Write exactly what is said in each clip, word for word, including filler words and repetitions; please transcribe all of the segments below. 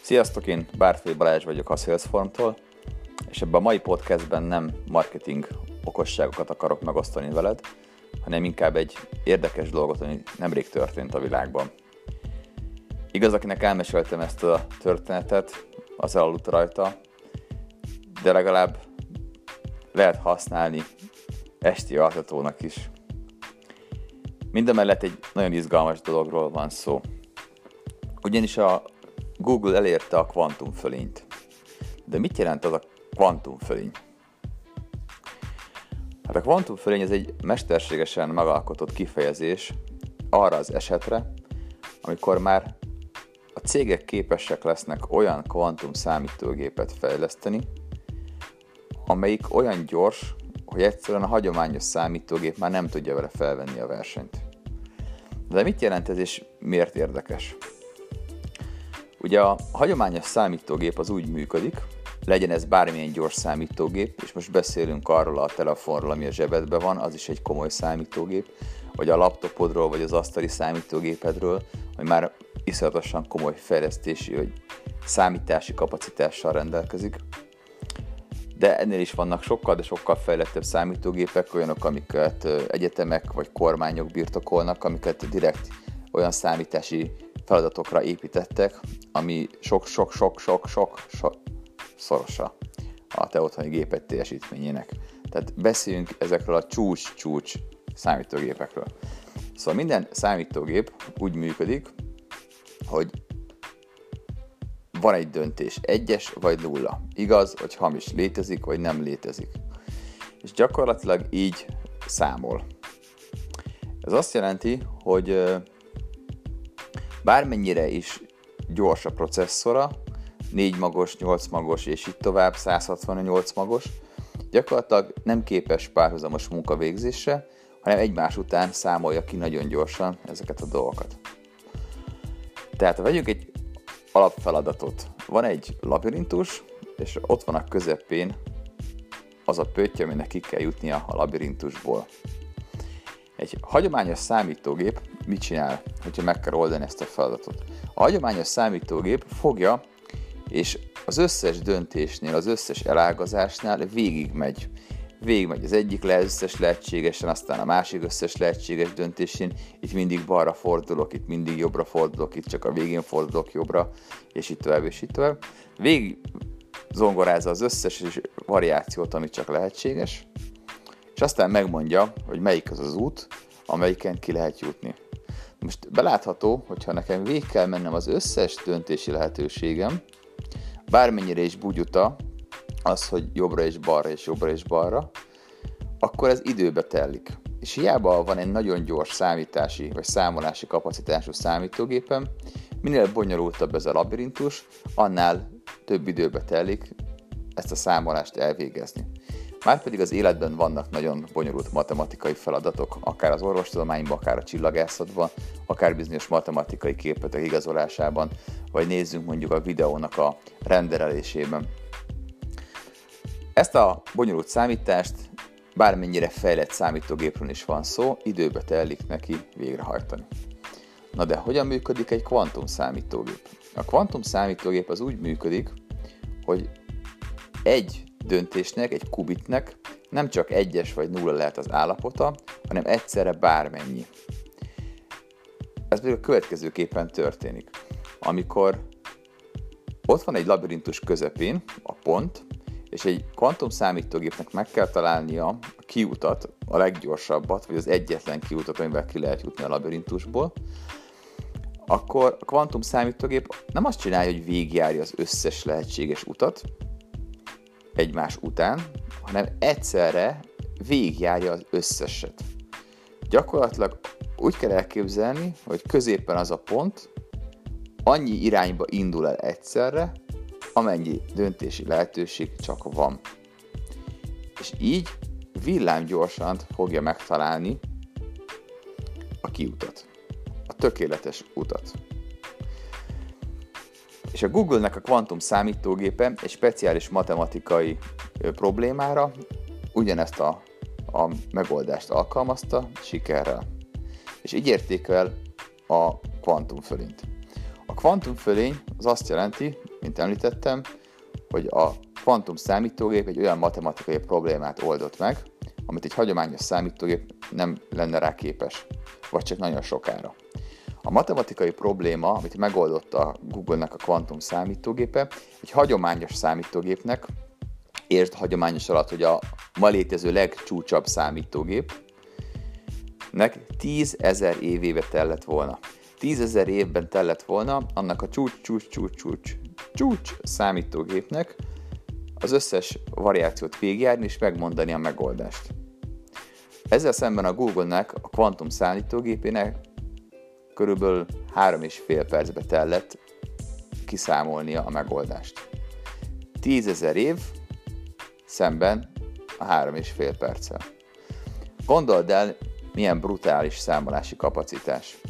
Sziasztok, én Bárfai Balázs vagyok a Salesforce-tól, és ebben a mai podcastben nem marketing okosságokat akarok megosztani veled, hanem inkább egy érdekes dolgot, ami nemrég történt a világban. Igaz, akinek elmeséltem ezt a történetet, az elaludt rajta, de legalább lehet használni esti altatónak is. Mindemellett egy nagyon izgalmas dologról van szó. Ugyanis a Google elérte a kvantumfölényt. De mit jelent az a kvantumfölény? Hát a kvantumfölény ez egy mesterségesen megalkotott kifejezés arra az esetre, amikor már a cégek képesek lesznek olyan kvantum számítógépet fejleszteni, amelyik olyan gyors, hogy egyszerűen a hagyományos számítógép már nem tudja vele felvenni a versenyt. De mit jelent ez és miért érdekes? Ugye a hagyományos számítógép az úgy működik, legyen ez bármilyen gyors számítógép, és most beszélünk arról a telefonról, ami a zsebedben van, az is egy komoly számítógép, vagy a laptopodról, vagy az asztali számítógépedről, ami már iszonyatosan komoly fejlesztési, vagy számítási kapacitással rendelkezik. De ennél is vannak sokkal, de sokkal fejlettebb számítógépek, olyanok, amiket egyetemek vagy kormányok birtokolnak, amiket direkt olyan számítási feladatokra építettek, ami sok-sok-sok-sok-sok szorosa a te otthoni géped teljesítményének. Tehát beszéljünk ezekről a csúcs-csúcs számítógépekről. Szóval minden számítógép úgy működik, hogy van egy döntés, egyes vagy nulla. Igaz vagy hamis, létezik vagy nem létezik. És gyakorlatilag így számol. Ez azt jelenti, hogy bármennyire is gyors a processzora, négy magos, nyolc magos és így tovább, száz hatvannyolc magos, gyakorlatilag nem képes párhuzamos munkavégzésre, hanem egymás után számolja ki nagyon gyorsan ezeket a dolgokat. Tehát ha vegyünk egy alapfeladatot. Van egy labirintus, és ott van a közepén az a pötty, aminek ki kell jutnia a labirintusból. Egy hagyományos számítógép mit csinál, hogyha meg kell oldani ezt a feladatot? A hagyományos számítógép fogja, és az összes döntésnél, az összes elágazásnál végigmegy. Végigmegy az egyik le, összes lehetségesen, aztán a másik összes lehetséges döntésén, itt mindig balra fordulok, itt mindig jobbra fordulok, itt csak a végén fordulok jobbra, és itt tovább, és itt tovább. Végig zongorázza az összes variációt, amit csak lehetséges, és aztán megmondja, hogy melyik az az út, amelyiken ki lehet jutni. Most belátható, hogyha nekem végig kell mennem az összes döntési lehetőségem, bármennyire is bugyuta az, hogy jobbra és balra és jobbra és balra, akkor ez időbe telik. És hiába van egy nagyon gyors számítási vagy számolási kapacitású számítógépem, minél bonyolultabb ez a labirintus, annál több időbe telik ezt a számolást elvégezni. Márpedig az életben vannak nagyon bonyolult matematikai feladatok, akár az orvostudományban, akár a csillagászatban, akár bizonyos matematikai képletek igazolásában, vagy nézzünk mondjuk a videónak a renderelésében. Ezt a bonyolult számítást, bármennyire fejlett számítógépről is van szó, időbe telik neki végrehajtani. Na de hogyan működik egy kvantum számítógép? A kvantum számítógép az úgy működik, hogy egy döntésnek, egy kubitnek nem csak egyes vagy nulla lehet az állapota, hanem egyszerre bármennyi. Ez pedig a következőképpen történik. Amikor ott van egy labirintus közepén, a pont, és egy kvantum számítógépnek meg kell találnia a kiutat, a leggyorsabbat, vagy az egyetlen kiutat, amivel ki lehet jutni a labirintusból, akkor a kvantum számítógép nem azt csinálja, hogy végigjárja az összes lehetséges utat egymás után, hanem egyszerre végigjárja az összeset. Gyakorlatilag úgy kell elképzelni, hogy középen az a pont annyi irányba indul el egyszerre, amennyi döntési lehetőség csak van. És így villámgyorsan fogja megtalálni a kiutat, a tökéletes utat. És a Google-nek a kvantum számítógépe egy speciális matematikai problémára ugyanezt a, a megoldást alkalmazta sikerrel. És így érték el a kvantumfölényt. A kvantumfölény az azt jelenti, mint említettem, hogy a kvantum számítógép egy olyan matematikai problémát oldott meg, amit egy hagyományos számítógép nem lenne rá képes, vagy csak nagyon sokára. A matematikai probléma, amit megoldott a Google-nek a kvantum számítógépe, egy hagyományos számítógépnek, értsd hagyományos alatt, hogy a ma létező legcsúcsabb számítógépnek tízezer évébe tellett volna. tízezer évben tellett volna annak a csúcs, csúcs, csúcs, csúcs, csúcs számítógépnek az összes variációt végigjárni és megmondani a megoldást. Ezzel szemben a Google-nek a kvantum számítógépének körülbelül három és fél percbe tellett kiszámolnia a megoldást. tízezer év szemben a három és fél perccel. Gondold el, milyen brutális számolási kapacitás.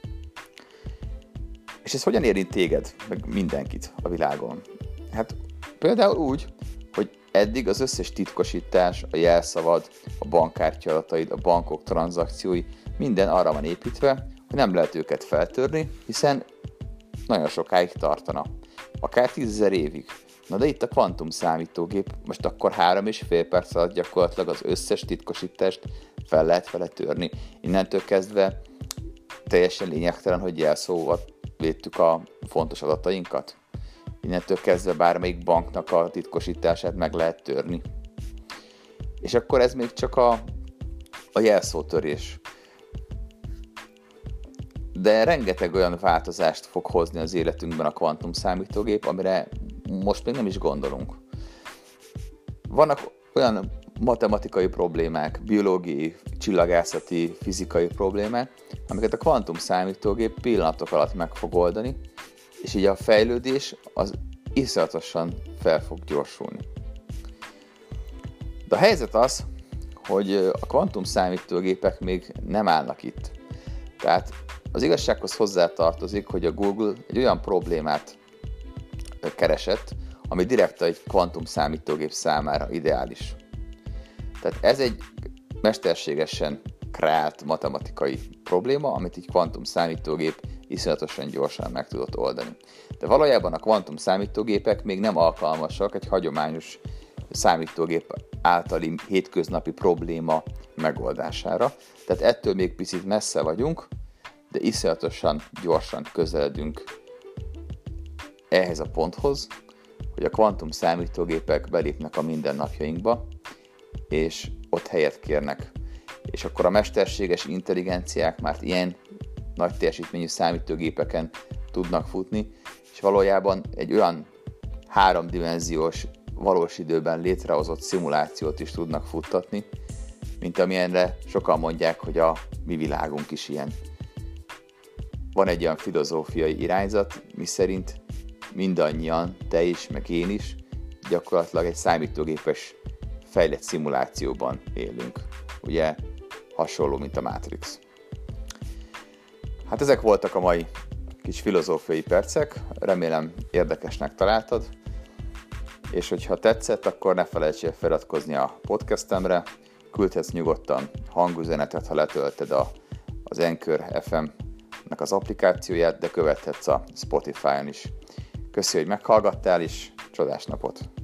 És ez hogyan érint téged, meg mindenkit a világon? Hát például úgy, hogy eddig az összes titkosítás, a jelszavad, a bankkártya adataid, a bankok tranzakciói, minden arra van építve, hogy nem lehet őket feltörni, hiszen nagyon sokáig tartana. Akár tízezer évig. Na de itt a kvantum számítógép most akkor három és fél perc alatt gyakorlatilag az összes titkosítást fel lehet vele törni. Innentől kezdve teljesen lényegtelen, hogy jelszóval védtük a fontos adatainkat. Innentől kezdve bármelyik banknak a titkosítását meg lehet törni. És akkor ez még csak a, a jelszótörés. De rengeteg olyan változást fog hozni az életünkben a kvantum számítógép, amire most még nem is gondolunk. Vannak olyan matematikai problémák, biológiai, csillagászati, fizikai problémák, amiket a kvantum számítógép pillanatok alatt meg fog oldani, és így a fejlődés az iszonyatosan fel fog gyorsulni. De a helyzet az, hogy a kvantum számítógépek még nem állnak itt. Tehát az igazsághoz hozzátartozik, hogy a Google egy olyan problémát keresett, ami direkt egy kvantum számítógép számára ideális. Tehát ez egy mesterségesen kreált matematikai probléma, amit egy kvantum számítógép iszonyatosan gyorsan meg tudott oldani. De valójában a kvantum számítógépek még nem alkalmasak egy hagyományos számítógép általi hétköznapi probléma megoldására. Tehát ettől még picit messze vagyunk, de iszonyatosan gyorsan közeledünk ehhez a ponthoz, hogy a kvantum számítógépek belépnek a mindennapjainkba, és ott helyet kérnek. És akkor a mesterséges intelligenciák már ilyen nagy teljesítményű számítógépeken tudnak futni, és valójában egy olyan háromdimenziós, valós időben létrehozott szimulációt is tudnak futtatni, mint amilyenre sokan mondják, hogy a mi világunk is ilyen. Van egy olyan filozófiai irányzat, miszerint mindannyian, te is, meg én is, gyakorlatilag egy számítógépes fejlett szimulációban élünk. Ugye hasonló, mint a Matrix. Hát ezek voltak a mai kis filozófiai percek, remélem érdekesnek találtad, és hogyha tetszett, akkor ne felejts el feliratkozni a podcastemre, küldhetsz nyugodtan hangüzenetet, ha letölted a, az Anchor ef em-nek az applikációját, de követhetsz a Spotify-on is. Köszi, hogy meghallgattál, és csodás napot!